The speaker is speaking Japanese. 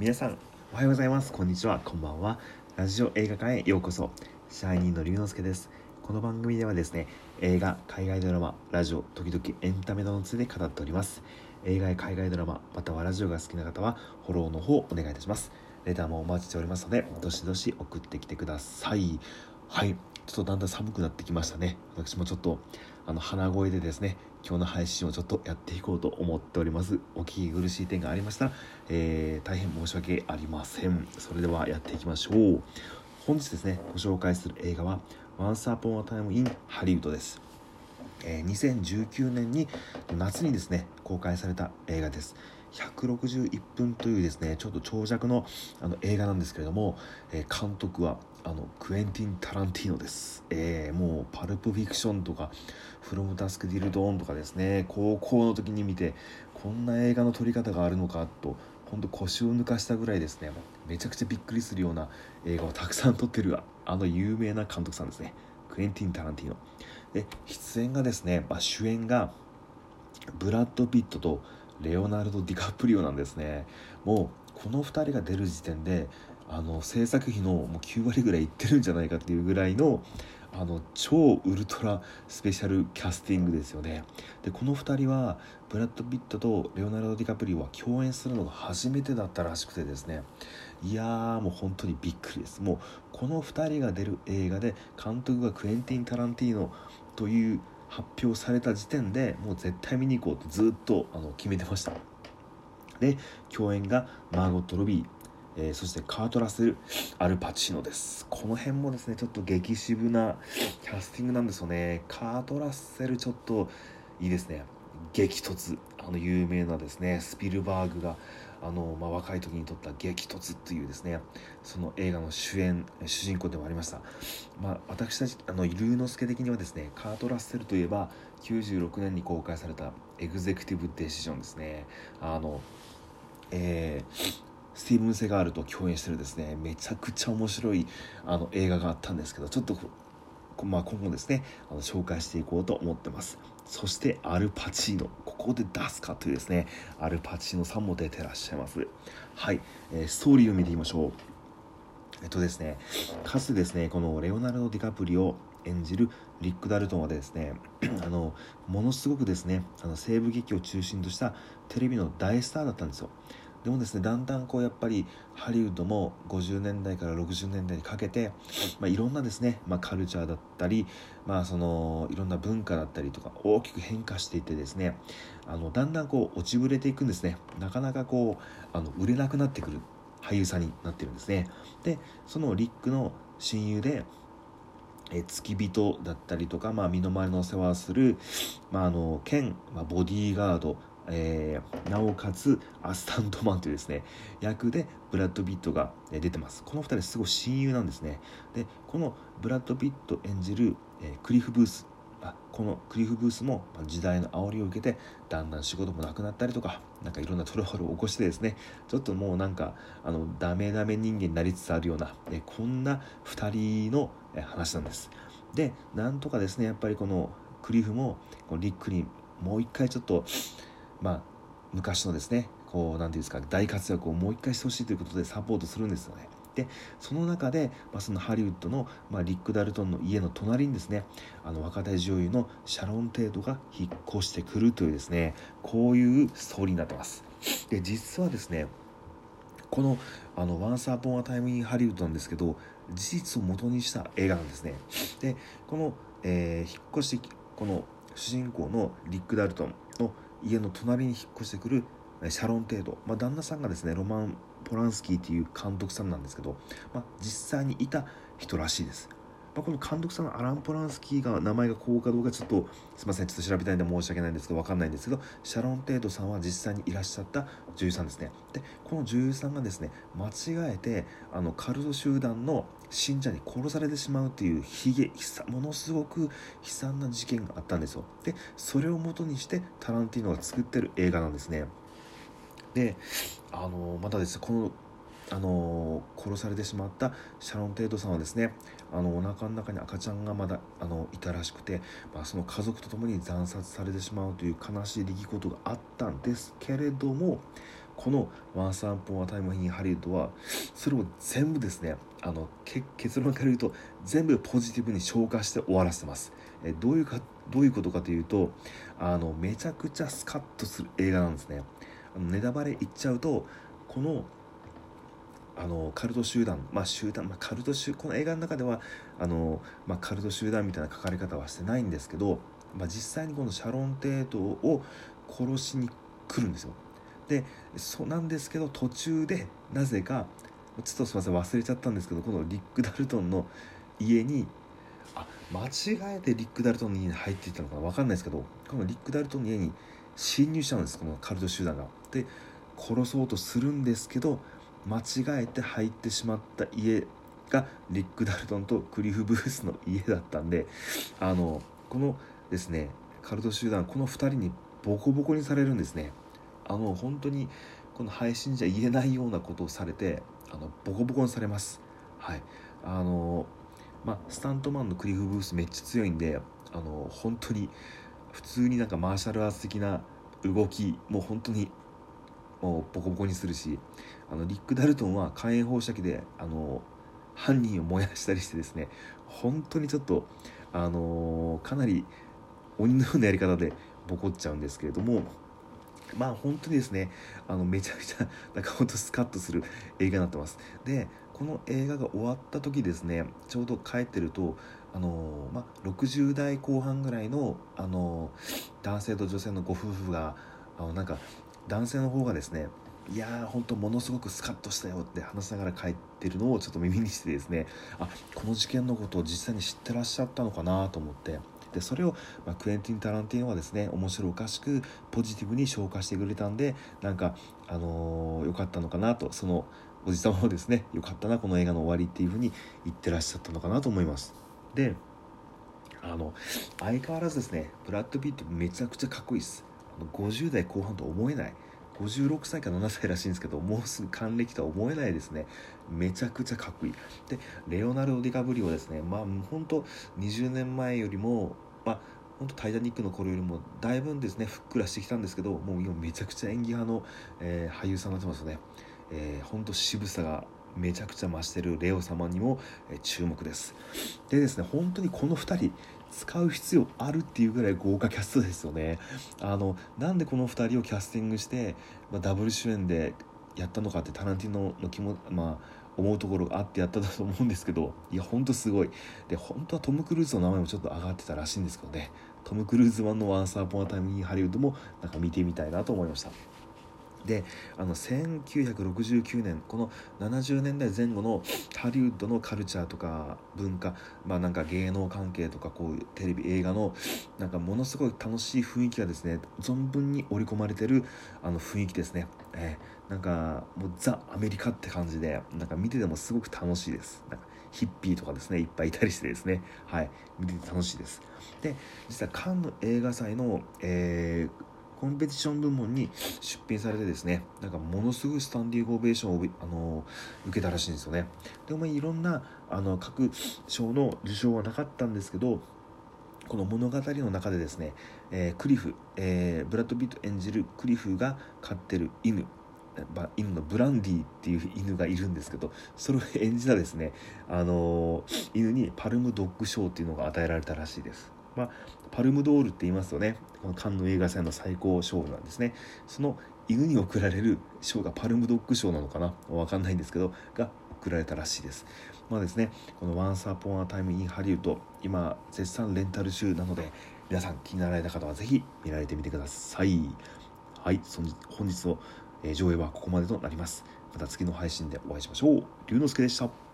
皆さんおはようございます。こんにちは、こんばんは。ラジオ映画館へようこそ。支配人の龍之介です。この番組ではですね、映画、海外ドラマ、ラジオ、時々エンタメなどについて語っております。映画や海外ドラマまたはラジオが好きな方はフォローの方お願いいたします。レターもお待ちしておりますのでどしどし送ってきてください。はい、ちょっとだんだん寒くなってきましたね。私もちょっと鼻声でですね、今日の配信をちょっとやっていこうと思っております。お聞き苦しい点がありましたら、大変申し訳ありません。それではやっていきましょう。本日ですね、ご紹介する映画は Once Upon a Time in Hollywood です。2019年に夏にですね公開された映画です。161分というですねちょっと長尺の映画なんですけれども、監督はクエンティン・タランティーノです。もうパルプフィクションとかフロムダスク・ディル・ドーンとかですね、高校の時に見てこんな映画の撮り方があるのかと本当腰を抜かしたぐらいですね、めちゃくちゃびっくりするような映画をたくさん撮ってる有名な監督さんですね、クエンティン・タランティーノで、出演がですね、主演がブラッド・ピットとレオナルド・ディカプリオなんですね。もうこの2人が出る時点で制作費のもう9割ぐらいいってるんじゃないかっていうぐらいの超ウルトラスペシャルキャスティングですよね。でこの2人はブラッド・ピットとレオナルド・ディカプリオは共演するのが初めてだったらしくてですね、いやーもう本当にびっくりです。もうこの2人が出る映画で監督がクエンティン・タランティーノという発表された時点でもう絶対見に行こうとずっと決めてました。で共演がマーゴット・ロビー、そしてカート・ラッセル・アルパチーノです。この辺もですねちょっと激渋なキャスティングなんですよね。カート・ラッセルちょっといいですね。激突有名なですねスピルバーグが若い時に撮った激突というですねその映画の主人公でもありました。私たち龍之介的にはですね、カート・ラッセルといえば96年に公開されたエグゼクティブ・デシジョンですね。スティーブン・セガールと共演してるですねめちゃくちゃ面白い映画があったんですけど、ちょっと今後ですね紹介していこうと思ってます。そしてアルパチーノ、ここで出すかというですねアルパチーノさんも出てらっしゃいます。はい、ストーリーを見てみましょう。ですね、かつてですねこのレオナルド・ディカプリを演じるリック・ダルトンはですねものすごくですね西部劇を中心としたテレビの大スターだったんですよ。でもですねだんだんやっぱりハリウッドも50年代から60年代にかけて、いろんなですね、カルチャーだったり、いろんな文化だったりとか大きく変化していってですねだんだん落ちぶれていくんですね。なかなか売れなくなってくる俳優さんになってるんですね。でそのリックの親友で付き人だったりとか、身の回りのお世話をする、兼、ボディーガード、なおかつアシスタントマンというですね役でブラッド・ピットが出てます。この2人すごい親友なんですね。でこのブラッド・ピット演じる、クリフ・ブース、このクリフ・ブースも時代の煽りを受けてだんだん仕事もなくなったりとかいろんなトラブルを起こしてですね、ちょっともうダメ人間になりつつあるような、こんな2人の話なんです。でなんとかですねやっぱりこのクリフもこのリックにもう一回ちょっと昔のですねなんていうんですか大活躍をもう一回してほしいということでサポートするんですよね。でその中で、そのハリウッドの、リック・ダルトンの家の隣にですね若手女優のシャロン・テイトが引っ越してくるというですねこういうストーリーになってます。で実はですねこのOnce Upon a Time in Hollywood なんですけど事実を元にした映画なんですね。でこの、引っ越しこの主人公のリック・ダルトンの家の隣に引っ越してくるシャロン・テイト、旦那さんがですねロマン・ポランスキーという監督さんなんですけど、実際にいた人らしいです。この監督さんのアラン・ポランスキーが名前がこうかどうかちょっとすいませんちょっと調べたいんで申し訳ないんですけど分かんないんですけど、シャロン・テイトさんは実際にいらっしゃった女優さんですね。でこの女優さんがですね間違えてカルト集団の信者に殺されてしまうというものすごく悲惨な事件があったんですよ。でそれを元にしてタランティーノが作ってる映画なんですね。でまたですねこの殺されてしまったシャロン・テイトさんはですねお腹の中に赤ちゃんがまだいたらしくて、その家族と共に惨殺されてしまうという悲しい出来事があったんですけれども、 このOnce Upon a Time in Hollywoodはそれを全部ですね、結論から言うと全部ポジティブに消化して終わらせてます。どういうことかというと、めちゃくちゃスカッとする映画なんですね。ネタバレ言っちゃうと、このカルト集団、この映画の中ではカルト集団みたいな書かれ方はしてないんですけど、実際にこのシャロン・テートを殺しに来るんですよ。でなんですけど、途中でなぜかちょっとすいません忘れちゃったんですけど、このリック・ダルトンの家に間違えてリック・ダルトンの家に入っていったのかな、分かんないですけど、このリック・ダルトンの家に侵入しちゃうんです、このカルト集団が。で殺そうとするんですけど、間違えて入ってしまった家がリック・ダルトンとクリフ・ブースの家だったんで、このですねカルト集団、この2人にボコボコにされるんですね。本当にこの配信じゃ言えないようなことをされて、ボコボコにされます。はい。スタントマンのクリフ・ブースめっちゃ強いんで、本当に普通になんかマーシャルアーツ的な動きもう本当にもうボコボコにするし、リック・ダルトンは火炎放射器で犯人を燃やしたりしてですね、本当にちょっとかなり鬼のようなやり方でボコっちゃうんですけれども、本当にですねめちゃくちゃなんか本当スカッとする映画になってます。でこの映画が終わった時ですね、ちょうど帰ってると60代後半ぐらいの男性と女性のご夫婦がなんか男性の方がですね、いやー本当ものすごくスカッとしたよって話しながら帰ってるのをちょっと耳にしてですね、この事件のことを実際に知ってらっしゃったのかなと思って、でそれを、クエンティン・タランティーノはですね面白おかしくポジティブに消化してくれたんで、なんか良かったのかなと、そのおじさまもですね良かったなこの映画の終わりっていう風に言ってらっしゃったのかなと思います。で相変わらずですねブラッド・ピットめちゃくちゃかっこいいです。50代後半と思えない、56歳か7歳らしいんですけど、もうすぐ還暦とは思えないですね。めちゃくちゃかっこいい。でレオナルド・ディカプリオですね、本当20年前よりも本当タイタニックの頃よりもだいぶですねふっくらしてきたんですけど、もう今めちゃくちゃ演技派の、俳優さんになってますよね。本当渋さがめちゃくちゃ増してるレオ様にも、注目です。でですね、本当にこの2人使う必要あるっていうぐらい豪華キャストですよね。なんでこの2人をキャスティングして、ダブル主演でやったのかってタランティーノの思うところがあってやったんだと思うんですけど、いや本当すごい。で本当はトム・クルーズの名前もちょっと上がってたらしいんですけどね、トム・クルーズ版のワンサーポンアタイムインハリウッドもなんか見てみたいなと思いました。で1969年この70年代前後のハリウッドのカルチャーとか文化、なんか芸能関係とかこういうテレビ映画のなんかものすごい楽しい雰囲気がですね存分に織り込まれてる雰囲気ですね。なんかもうザ・アメリカって感じで、なんか見ててもすごく楽しいです。なんかヒッピーとかですねいっぱいいたりしてですね、見てて楽しいです。で実はカンヌ映画祭の、コンペティション部門に出品されてですね、なんかものすごいスタンディングオベーションを受けたらしいんですよね。でいろんな各賞の受賞はなかったんですけど、この物語の中でですね、クリフ、ブラッド・ピット演じるクリフが飼ってる犬のブランディっていう犬がいるんですけど、それを演じたですね、犬にパルムドッグ賞っていうのが与えられたらしいです。パルムドールって言いますよね。このカンヌ映画祭の最高賞なんですね。その犬に贈られる賞がパルムドッグ賞なのかな、わかんないんですけどが贈られたらしいです。ですね、この Once Upon a Time in Hollywood 今絶賛レンタル中なので、皆さん気になられた方はぜひ見られてみてください。はい、本日の上映はここまでとなります。また次の配信でお会いしましょう。龍之介でした。